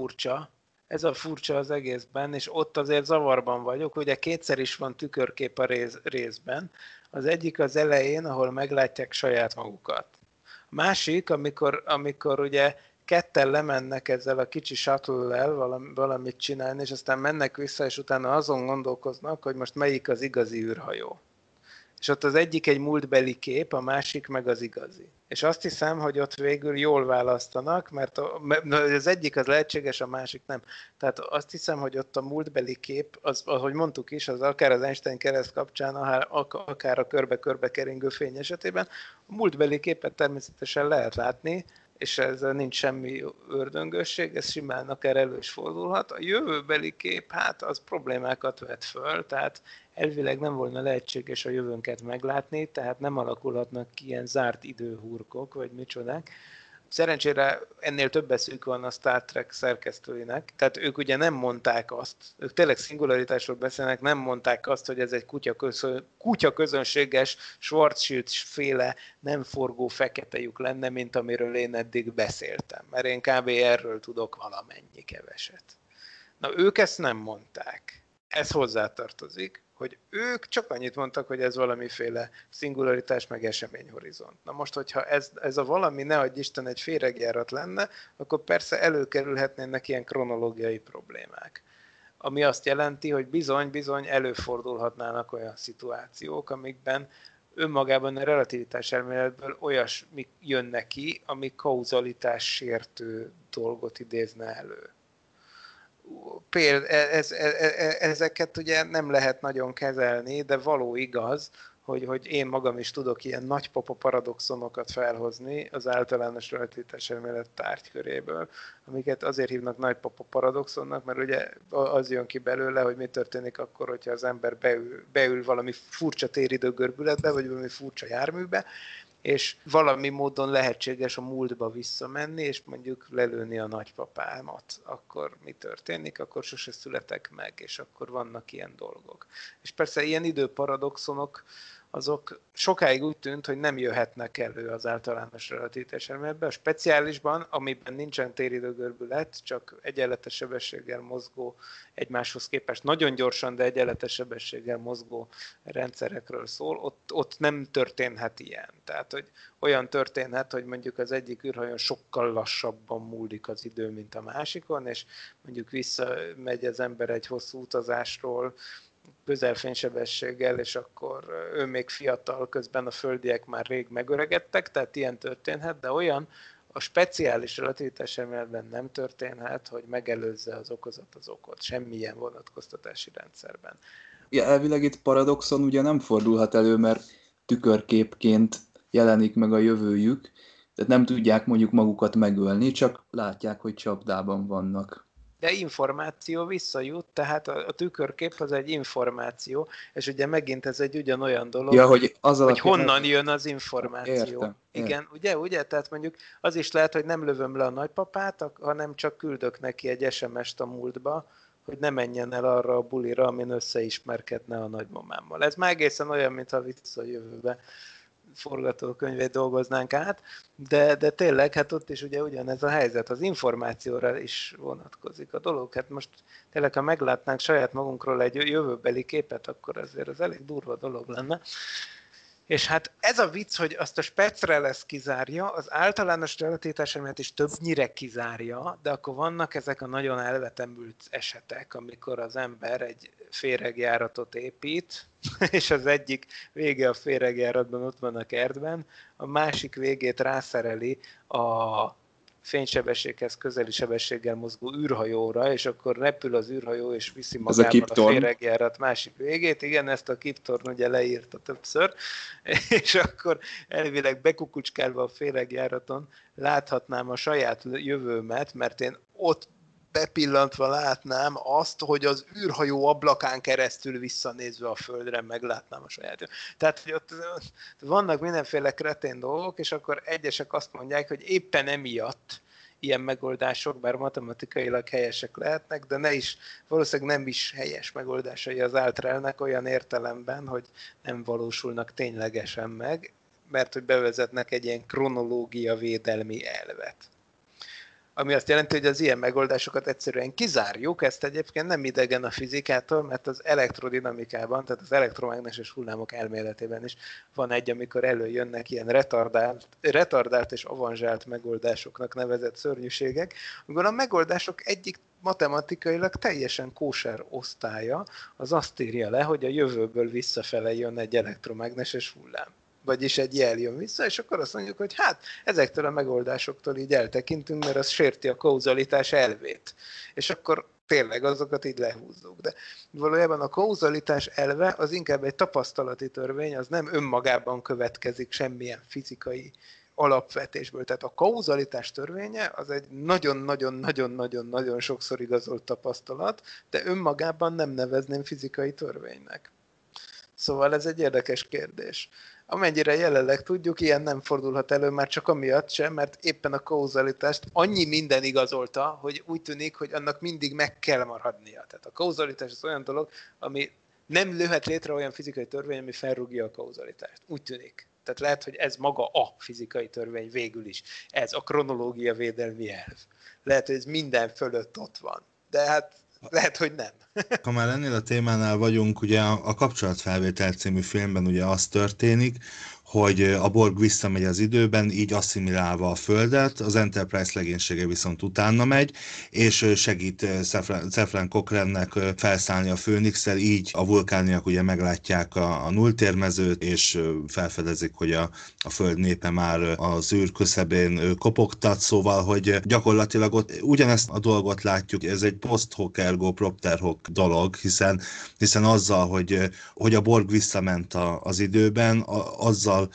furcsa az egészben, és ott azért zavarban vagyok, ugye kétszer is van tükörkép a részben. Az egyik az elején, ahol meglátják saját magukat. A másik, amikor ugye ketten lemennek ezzel a kicsi shuttle-lel valamit csinálni, és aztán mennek vissza, és utána azon gondolkoznak, hogy most melyik az igazi űrhajó. És ott az egyik egy múltbeli kép, a másik meg az igazi. És azt hiszem, hogy ott végül jól választanak, mert az egyik az lehetséges, a másik nem. Tehát azt hiszem, hogy ott a múltbeli kép, az, ahogy mondtuk is, az akár az Einstein kereszt kapcsán, akár a körbe-körbe keringő fény esetében, a múltbeli képet természetesen lehet látni, és ezzel nincs semmi ördöngösség, ez simán akár elő is fordulhat. A jövőbeli kép, hát az problémákat vet föl, tehát elvileg nem volna lehetséges a jövőnket meglátni, tehát nem alakulhatnak ki ilyen zárt időhurkok, vagy micsodák. Szerencsére ennél több eszük van a Star Trek szerkesztőinek, tehát ők ugye nem mondták azt, ők tényleg szingularitásról beszélnek, nem mondták azt, hogy ez egy kutyaközönséges Schwarzschild-féle nem forgó fekete lyuk lenne, mint amiről én eddig beszéltem, mert én kb. Erről tudok valamennyi keveset. Na ők ezt nem mondták. Ez hozzátartozik, hogy ők csak annyit mondtak, hogy ez valamiféle szingularitás meg eseményhorizont. Na most, hogyha ez a valami, nehogy Isten, egy féregjárat lenne, akkor persze előkerülhetnének ilyen kronológiai problémák. Ami azt jelenti, hogy bizony előfordulhatnának olyan szituációk, amikben önmagában a relativitás elméletből olyasmi jönne ki, ami kauzalitás sértő dolgot idézne elő. Ezeket ugye nem lehet nagyon kezelni, de való igaz, hogy én magam is tudok ilyen nagypapa paradoxonokat felhozni az általános relativitás elmélet tárgyköréből, amiket azért hívnak nagypapa paradoxonnak, mert ugye az jön ki belőle, hogy mi történik akkor, hogyha az ember beül valami furcsa téridőgörbületbe, vagy valami furcsa járműbe, és valami módon lehetséges a múltba visszamenni, és mondjuk lelőni a nagypapámat. Akkor mi történik? Akkor sose születek meg, és akkor vannak ilyen dolgok. És persze ilyen időparadoxonok, azok sokáig úgy tűnt, hogy nem jöhetnek elő az általános relativitáselméletben. A speciálisban, amiben nincsen téridőgörbület, csak egyenletes sebességgel mozgó, egymáshoz képest nagyon gyorsan, de egyenletes sebességgel mozgó rendszerekről szól, ott nem történhet ilyen. Tehát, hogy olyan történhet, hogy mondjuk az egyik űrhajón sokkal lassabban múlik az idő, mint a másikon, és mondjuk visszamegy az ember egy hosszú utazásról, közelfénysebességgel, és akkor ő még fiatal, közben a földiek már rég megöregedtek, tehát ilyen történhet, de olyan a speciális relativitáselméletben nem történhet, hogy megelőzze az okozat az okot, semmilyen vonatkoztatási rendszerben. Ja, elvileg itt paradoxon ugye nem fordulhat elő, mert tükörképként jelenik meg a jövőjük, tehát nem tudják mondjuk magukat megölni, csak látják, hogy csapdában vannak. De információ visszajut, tehát a tükörkép az egy információ, és ugye megint ez egy ugyanolyan dolog, ja, hogy honnan jön az információ. Értem. Igen, ugye? Tehát mondjuk az is lehet, hogy nem lövöm le a nagypapát, hanem csak küldök neki egy SMS-t a múltba, hogy ne menjen el arra a bulira, amin összeismerkedne a nagymamámmal. Ez már egészen olyan, mintha Vissza a jövőbe forgatókönyvét dolgoznánk át, de tényleg, hát ott is ugye ugyanez a helyzet, az információra is vonatkozik a dolog. Hát most tényleg, ha meglátnánk saját magunkról egy jövőbeli képet, akkor azért az elég durva dolog lenne. És hát ez a vicc, hogy azt a Spectrel kizárja, az általános relativitáselmélet is többnyire kizárja, de akkor vannak ezek a nagyon elvetemült esetek, amikor az ember egy féregjáratot épít, és az egyik vége a féregjáratban ott van a kertben, a másik végét rászereli a fénysebességhez közeli sebességgel mozgó űrhajóra, és akkor repül az űrhajó, és viszi magával a féregjárat másik végét. Igen, ezt a Kip Thorne ugye leírta többször, és akkor elvileg bekukucskálva a féregjáraton láthatnám a saját jövőmet, mert én ott bepillantva látnám azt, hogy az űrhajó ablakán keresztül visszanézve a Földre meglátnám a saját. Tehát, hogy ott vannak mindenféle kretén dolgok, és akkor egyesek azt mondják, hogy éppen emiatt ilyen megoldások, bár matematikailag helyesek lehetnek, de valószínűleg nem is helyes megoldásai az Altrelnek olyan értelemben, hogy nem valósulnak ténylegesen meg, mert hogy bevezetnek egy ilyen kronológia védelmi elvet. Ami azt jelenti, hogy az ilyen megoldásokat egyszerűen kizárjuk, ezt egyébként nem idegen a fizikától, mert az elektrodinamikában, tehát az elektromágneses hullámok elméletében is van egy, amikor előjönnek ilyen retardált és avanzsált megoldásoknak nevezett szörnyűségek, amikor a megoldások egyik matematikailag teljesen kóser osztálya az azt írja le, hogy a jövőből visszafele jön egy elektromágneses hullám. Vagyis egy jel jön vissza, és akkor azt mondjuk, hogy hát ezektől a megoldásoktól így eltekintünk, mert az sérti a kauzalitás elvét. És akkor tényleg azokat így lehúzzuk. De valójában a kauzalitás elve az inkább egy tapasztalati törvény, az nem önmagában következik semmilyen fizikai alapvetésből. Tehát a kauzalitás törvénye az egy nagyon-nagyon-nagyon-nagyon sokszor igazolt tapasztalat, de önmagában nem nevezném fizikai törvénynek. Szóval ez egy érdekes kérdés. Amennyire jelenleg tudjuk, ilyen nem fordulhat elő már csak amiatt sem, mert éppen a kauzalitást annyi minden igazolta, hogy úgy tűnik, hogy annak mindig meg kell maradnia. Tehát a kauzalitás az olyan dolog, ami nem lőhet létre olyan fizikai törvény, ami felrúgja a kauzalitást. Úgy tűnik. Tehát lehet, hogy ez maga a fizikai törvény végül is. Ez a kronológia védelmi elv. Lehet, hogy ez minden fölött ott van. De hát lehet, hogy nem. Ha már ennél a témánál vagyunk, ugye a Kapcsolatfelvétel című filmben ugye az történik, hogy a Borg visszamegy az időben, így asszimilálva a Földet, az Enterprise legénysége viszont utána megy, és segít Zefran Cochrane-nek felszállni a Főnixszel, így a vulkániak ugye meglátják a nulltérmezőt, és felfedezik, hogy a Föld népe már az űr közepén kopogtat, szóval, hogy gyakorlatilag ott ugyanezt a dolgot látjuk, ez egy post hoc ergo propter hoc dolog, hiszen azzal, hogy a Borg visszament az időben, azzal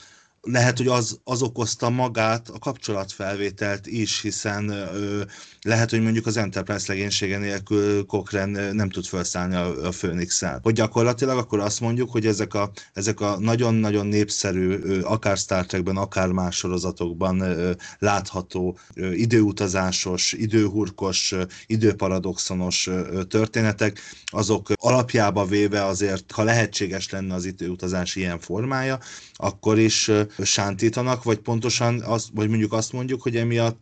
lehet, hogy az okozta magát a kapcsolatfelvételt is, hiszen lehet, hogy mondjuk az Enterprise legénysége nélkül Cochrane nem tud felszállni a Phoenix-en. Hogy gyakorlatilag akkor azt mondjuk, hogy ezek a nagyon-nagyon népszerű, akár Star Trekben, akár más sorozatokban látható időutazásos, időhurkos, időparadoxonos történetek, azok alapjába véve azért, ha lehetséges lenne az időutazás ilyen formája, akkor is sántítanak, vagy pontosan vagy mondjuk azt mondjuk, hogy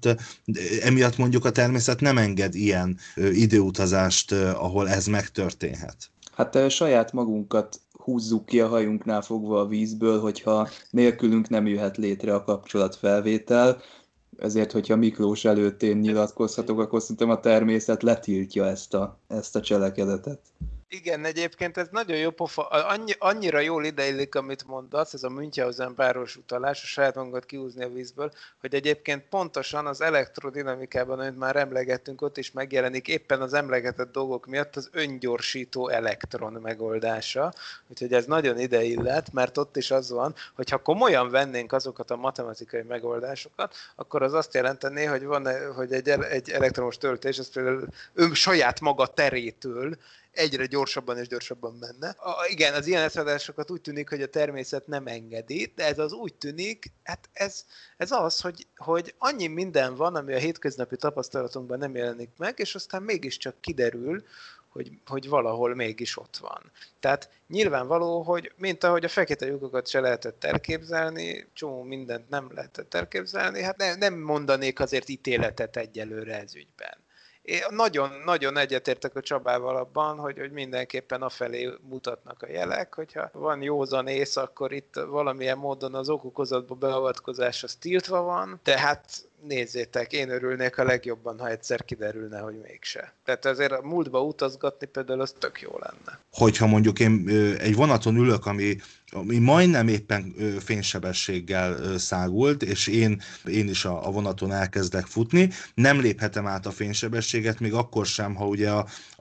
emiatt mondjuk a természet nem enged ilyen időutazást, ahol ez megtörténhet. Hát saját magunkat húzzuk ki a hajunknál fogva a vízből, hogyha nélkülünk nem jöhet létre a kapcsolatfelvétel, ezért, hogyha Miklós előtt én nyilatkozhatok, akkor szerintem a természet letiltja ezt a cselekedetet. Igen, egyébként ez nagyon jó pofa, annyira jól ideillik, amit mondasz, ez a Münchhausen páros utalás, a saját magunkat kihúzni a vízből, hogy egyébként pontosan az elektrodinamikában, amit már emlegettünk, ott is megjelenik éppen az emlegetett dolgok miatt az öngyorsító elektron megoldása, úgyhogy ez nagyon ideillet, mert ott is az van, hogy ha komolyan vennénk azokat a matematikai megoldásokat, akkor az azt jelentené, hogy egy elektromos töltés, ez például saját maga terétől egyre gyorsabban és gyorsabban menne. Igen, az ilyen eszmedásokat úgy tűnik, hogy a természet nem engedi, de ez az úgy tűnik, hát ez az, hogy annyi minden van, ami a hétköznapi tapasztalatunkban nem jelenik meg, és aztán mégiscsak kiderül, hogy valahol mégis ott van. Tehát nyilvánvaló, hogy mint ahogy a fekete lyukokat se lehetett elképzelni, csomó mindent nem lehetett elképzelni, hát nem mondanék azért ítéletet egyelőre ez ügyben. Én nagyon egyetértek a Csabával abban, hogy mindenképpen afelé mutatnak a jelek, hogyha van józan ész, akkor itt valamilyen módon az okokozatba beavatkozás az tiltva van, de hát nézzétek, én örülnék a legjobban, ha egyszer kiderülne, hogy mégse. Tehát azért a múltba utazgatni például az tök jó lenne. Hogyha mondjuk én egy vonaton ülök, ami majdnem éppen fénysebességgel szágult, és én is a vonaton elkezdek futni, nem léphetem át a fénysebességet, még akkor sem, ha ugye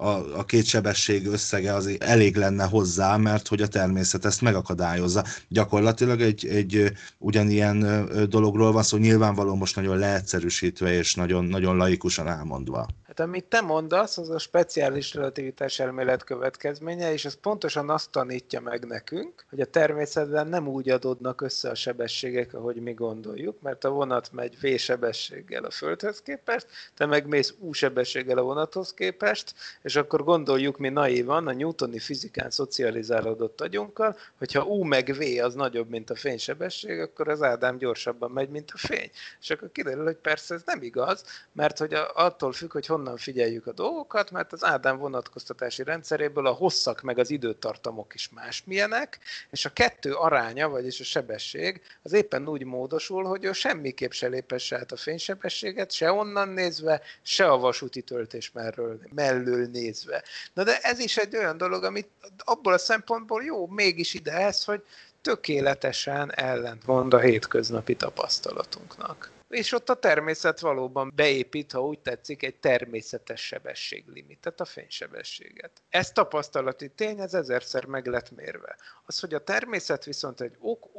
a két sebesség összege az elég lenne hozzá, mert hogy a természet ezt megakadályozza. Gyakorlatilag egy ugyanilyen dologról van szó, nyilvánvaló most nagyon leegyszerűsítve és nagyon, nagyon laikusan elmondva. Hát amit te mondasz, az a speciális relativitás elmélet következménye, és ez pontosan azt tanítja meg nekünk, hogy a természetben nem úgy adódnak össze a sebességek, ahogy mi gondoljuk, mert a vonat megy v-sebességgel a Földhöz képest, te megmész u-sebességgel a vonathoz képest, és akkor gondoljuk mi naívan, a newtoni fizikán szocializálódott agyunkkal, hogyha u meg v az nagyobb, mint a fénysebesség, akkor az Ádám gyorsabban megy, mint a fény. És akkor kiderül, hogy persze ez nem igaz, mert hogy attól függ, hogy honnan figyeljük a dolgokat, mert az Ádám vonatkoztatási rendszeréből a hosszak meg az időtartamok is másmilyenek, és a kettő aránya, vagyis a sebesség, az éppen úgy módosul, hogy ő semmiképp se lépesse át a fénysebességet, se onnan nézve, se a vasúti töltés mellől nézve. Na de ez is egy olyan dolog, amit abból a szempontból jó mégis ide ez, hogy tökéletesen ellentmond a hétköznapi tapasztalatunknak. És ott a természet valóban beépít, ha úgy tetszik, egy természetes sebességlimitet, a fénysebességet. Ez tapasztalati tény, ez 1000-szer meg lett mérve. Az, hogy a természet viszont egy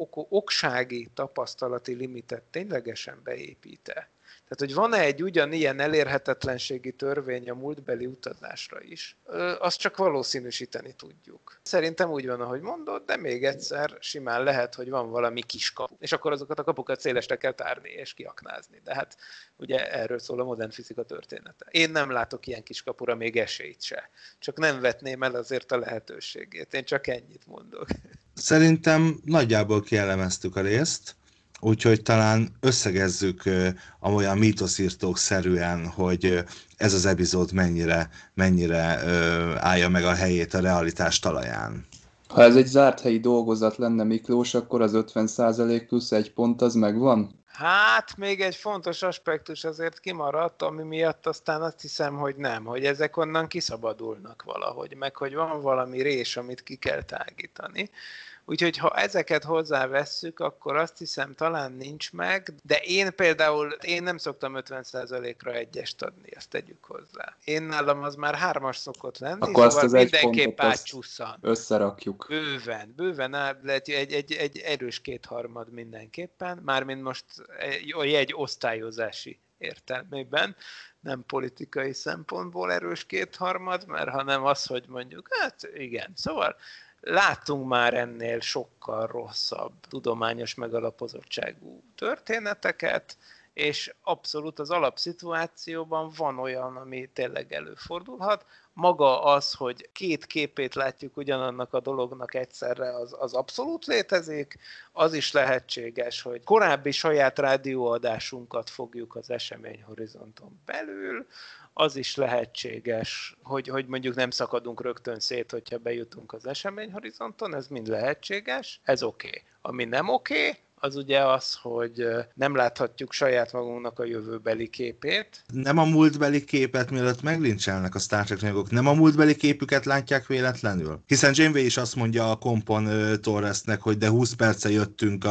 oksági tapasztalati limitet ténylegesen beépít-e. Tehát, hogy van-e egy ugyanilyen elérhetetlenségi törvény a múltbeli utazásra is, azt csak valószínűsíteni tudjuk. Szerintem úgy van, ahogy mondod, de még egyszer simán lehet, hogy van valami kiskapu. És akkor azokat a kapukat szélesre kell tárni és kiaknázni. De hát ugye erről szól a modern fizika története. Én nem látok ilyen kiskapura még esélyt se. Csak nem vetném el azért a lehetőségét. Én csak ennyit mondok. Szerintem nagyjából kielemeztük a részt. Úgyhogy talán összegezzük olyan mítoszirtók-szerűen, hogy ez az epizód mennyire állja meg a helyét a realitás talaján. Ha ez egy zárt helyi dolgozat lenne, Miklós, akkor az 50% plusz 1 pont az megvan? Hát még egy fontos aspektus azért kimaradt, ami miatt aztán azt hiszem, hogy nem, hogy ezek onnan kiszabadulnak valahogy, meg hogy van valami rés, amit ki kell tágítani. Úgyhogy ha ezeket hozzávesszük, akkor azt hiszem talán nincs meg, de én például nem szoktam 50%-ra 1-est adni, ezt tegyük hozzá. Én nálam az már 3-as szokott lenni, akkor szóval mindenképp átcsusszan. Összerakjuk. Bőven lehet egy erős 2/3 mindenképpen, mármint most egy osztályozási értelmében, nem politikai szempontból erős 2/3, mert hanem az, hogy mondjuk, hát igen, szóval láttunk már ennél sokkal rosszabb tudományos megalapozottságú történeteket, és abszolút az alapszituációban van olyan, ami tényleg előfordulhat. Maga az, hogy 2 képét látjuk ugyanannak a dolognak egyszerre, az abszolút létezik. Az is lehetséges, hogy korábbi saját rádióadásunkat fogjuk az eseményhorizonton belül, az is lehetséges, hogy mondjuk nem szakadunk rögtön szét, hogyha bejutunk az eseményhorizonton, ez mind lehetséges, ez oké. Ami nem oké, az ugye az, hogy nem láthatjuk saját magunknak a jövőbeli képét. Nem a múltbeli képet, mielőtt meglincselnek a Star Trek anyagok, nem a múltbeli képüket látják véletlenül? Hiszen Janeway is azt mondja a kompon Torresnek, hogy de 20 perce jöttünk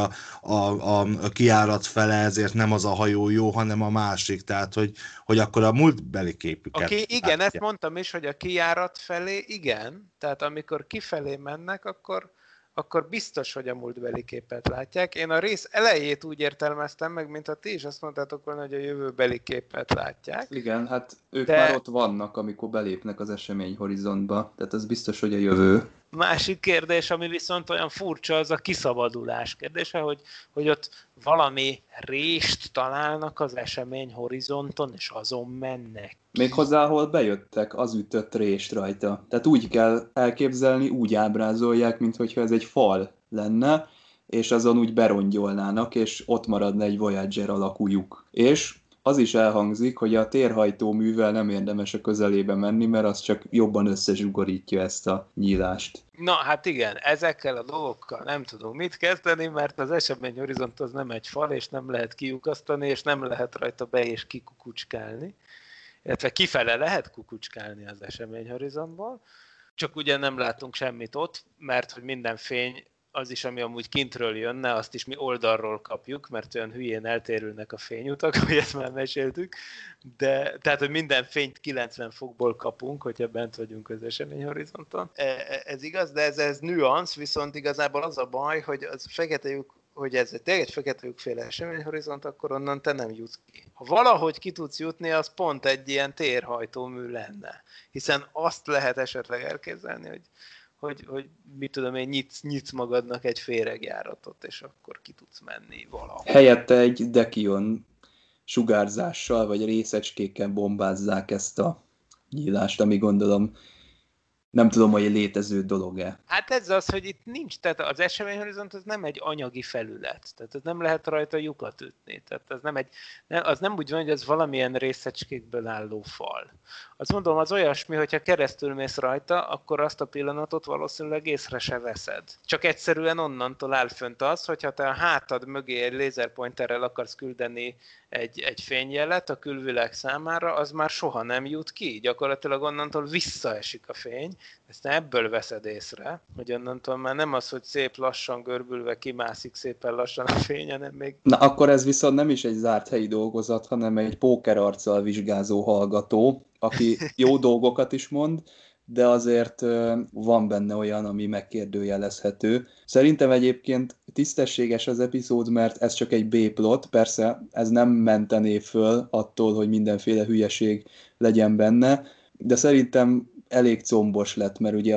a kijárat fele, ezért nem az a hajó jó, hanem a másik. Tehát, hogy akkor a múltbeli képüket Igen, látják. ezt mondtam is, hogy a kijárat felé igen, tehát amikor kifelé mennek, akkor biztos, hogy a múltbeli képet látják. Én a rész elejét úgy értelmeztem meg, mint ha ti is azt mondtátok volna, hogy a jövőbeli képet látják. Igen, hát ők már ott vannak, amikor belépnek az eseményhorizontba, tehát ez biztos, hogy a jövő. Másik kérdés, ami viszont olyan furcsa, az a kiszabadulás kérdése, hogy ott valami rést találnak az eseményhorizonton, és azon mennek. Méghozzá, ahol bejöttek, az ütött rést rajta. Tehát úgy kell elképzelni, úgy ábrázolják, mintha ez egy fal lenne, és azon úgy berongyolnának, és ott maradna egy Voyager alakú lyuk. És az is elhangzik, hogy a térhajtóművel nem érdemes a közelébe menni, mert az csak jobban összezsugorítja ezt a nyílást. Na, hát igen, ezekkel a dolgokkal nem tudunk mit kezdeni, mert az eseményhorizont az nem egy fal, és nem lehet kiukasztani, és nem lehet rajta be- és kikukucskálni. Illetve kifele lehet kukucskálni az eseményhorizontból, csak ugye nem látunk semmit ott, mert hogy minden fény, az is, ami amúgy kintről jönne, azt is mi oldalról kapjuk, mert olyan hülyén eltérülnek a fényutak, hogy ezt már meséltük, de tehát, hogy minden fényt 90 fokból kapunk, hogyha bent vagyunk az eseményhorizonton. Ez igaz, de ez nüansz, viszont igazából az a baj, hogy az fekete lyuk, hogy ez tényleg egy fekete lyukféle eseményhorizont, akkor onnan te nem jutsz ki. Ha valahogy ki tudsz jutni, az pont egy ilyen térhajtómű lenne. Hiszen azt lehet esetleg elképzelni, hogy mit tudom én, nyitsz magadnak egy féregjáratot, és akkor ki tudsz menni valahol. Helyette egy Dekion sugárzással, vagy részecskékkel bombázzák ezt a nyílást, ami gondolom, nem tudom, hogy egy létező dolog-e. Hát ez az, hogy itt nincs, tehát az eseményhorizont az nem egy anyagi felület, tehát nem lehet rajta lyukat ütni, tehát az nem úgy van, hogy ez valamilyen részecskékből álló fal. Azt mondom, az olyasmi, hogyha keresztül mész rajta, akkor azt a pillanatot valószínűleg észre se veszed. Csak egyszerűen onnantól áll fönt az, hogyha te a hátad mögé egy lézerpointerrel akarsz küldeni egy fényjelet a külvilág számára, az már soha nem jut ki. Gyakorlatilag onnantól visszaesik a fény, ezt ebből veszed észre, hogy onnantól már nem az, hogy szép lassan görbülve kimászik szépen lassan a fény, hanem még... Na akkor ez viszont nem is egy zárt helyi dolgozat, hanem egy pókerarccal vizsgázó hallgató, aki jó dolgokat is mond, de azért van benne olyan, ami megkérdőjelezhető. Szerintem egyébként tisztességes az epizód, mert ez csak egy B-plot, persze ez nem mentené föl attól, hogy mindenféle hülyeség legyen benne, de szerintem elég combos lett, mert ugye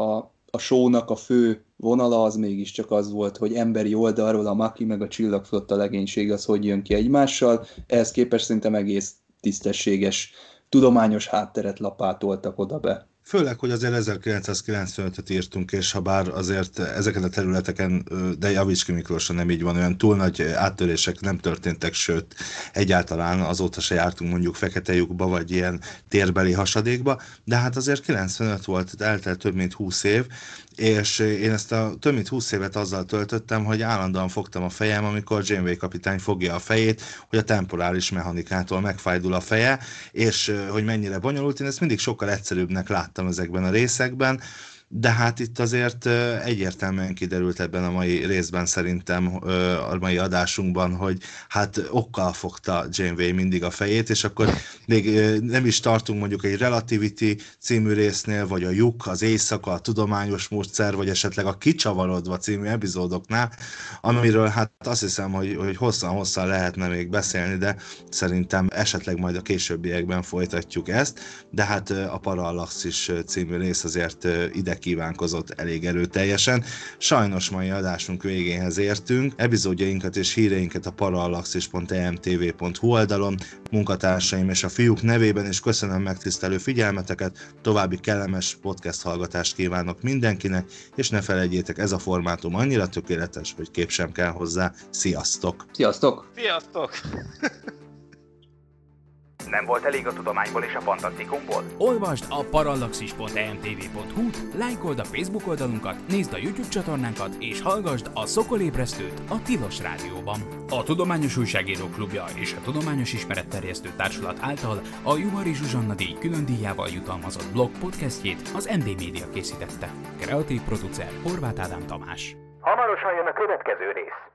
a show-nak a fő vonala az mégiscsak az volt, hogy emberi oldalról a Maki meg a Csillagflotta legénység az hogy jön ki egymással, ehhez képest szerintem egész tisztességes, tudományos hátteret lapátoltak oda be. Főleg, hogy azért 1995-öt írtunk, és ha bár azért ezeken a területeken, de javíts ki Miklóson, nem így van, olyan túl nagy áttörések nem történtek, sőt, egyáltalán azóta se jártunk mondjuk fekete lyukba, vagy ilyen térbeli hasadékba, de hát azért 95 volt, eltelt több mint 20 év, és én ezt a több mint 20 évet azzal töltöttem, hogy állandóan fogtam a fejem, amikor Janeway kapitány fogja a fejét, hogy a temporális mechanikától megfájdul a feje, és hogy mennyire bonyolult, én ezt mindig sokkal egyszerűbbnek láttam ezekben a részekben, de hát itt azért egyértelműen kiderült ebben a mai részben szerintem, a mai adásunkban, hogy hát okkal fogta Janeway mindig a fejét, és akkor még nem is tartunk mondjuk egy Relativity című résznél, vagy a lyuk, az éjszaka, a tudományos módszer, vagy esetleg a Kicsavarodva című epizódoknál, amiről hát azt hiszem, hogy hosszan lehetne még beszélni, de szerintem esetleg majd a későbbiekben folytatjuk ezt, de hát a Parallaxis című rész azért ide kívánkozott elég erőteljesen. Sajnos mai adásunk végéhez értünk. Epizódjainkat és híreinket a parallaxis.emtv.hu oldalon, munkatársaim és a fiúk nevében is köszönöm megtisztelő figyelmeteket, további kellemes podcast hallgatást kívánok mindenkinek, és ne felejtjétek, ez a formátum annyira tökéletes, hogy kép sem kell hozzá. Sziasztok! Sziasztok! Sziasztok! Nem volt elég a tudományból és a fantasztikumból? Olvasd a parallaxis.emtv.hu-t, lájkold a Facebook oldalunkat, nézd a YouTube csatornánkat, és hallgasd a Szokolébresztőt a Tilos Rádióban. A Tudományos Újságírók Klubja és a Tudományos Ismeretterjesztő Társulat által a Juhari Zsuzsanna díj külön díjával jutalmazott blog podcastjét az MD Media készítette. Kreatív producer Horváth Ádám Tamás. Hamarosan jön a következő rész.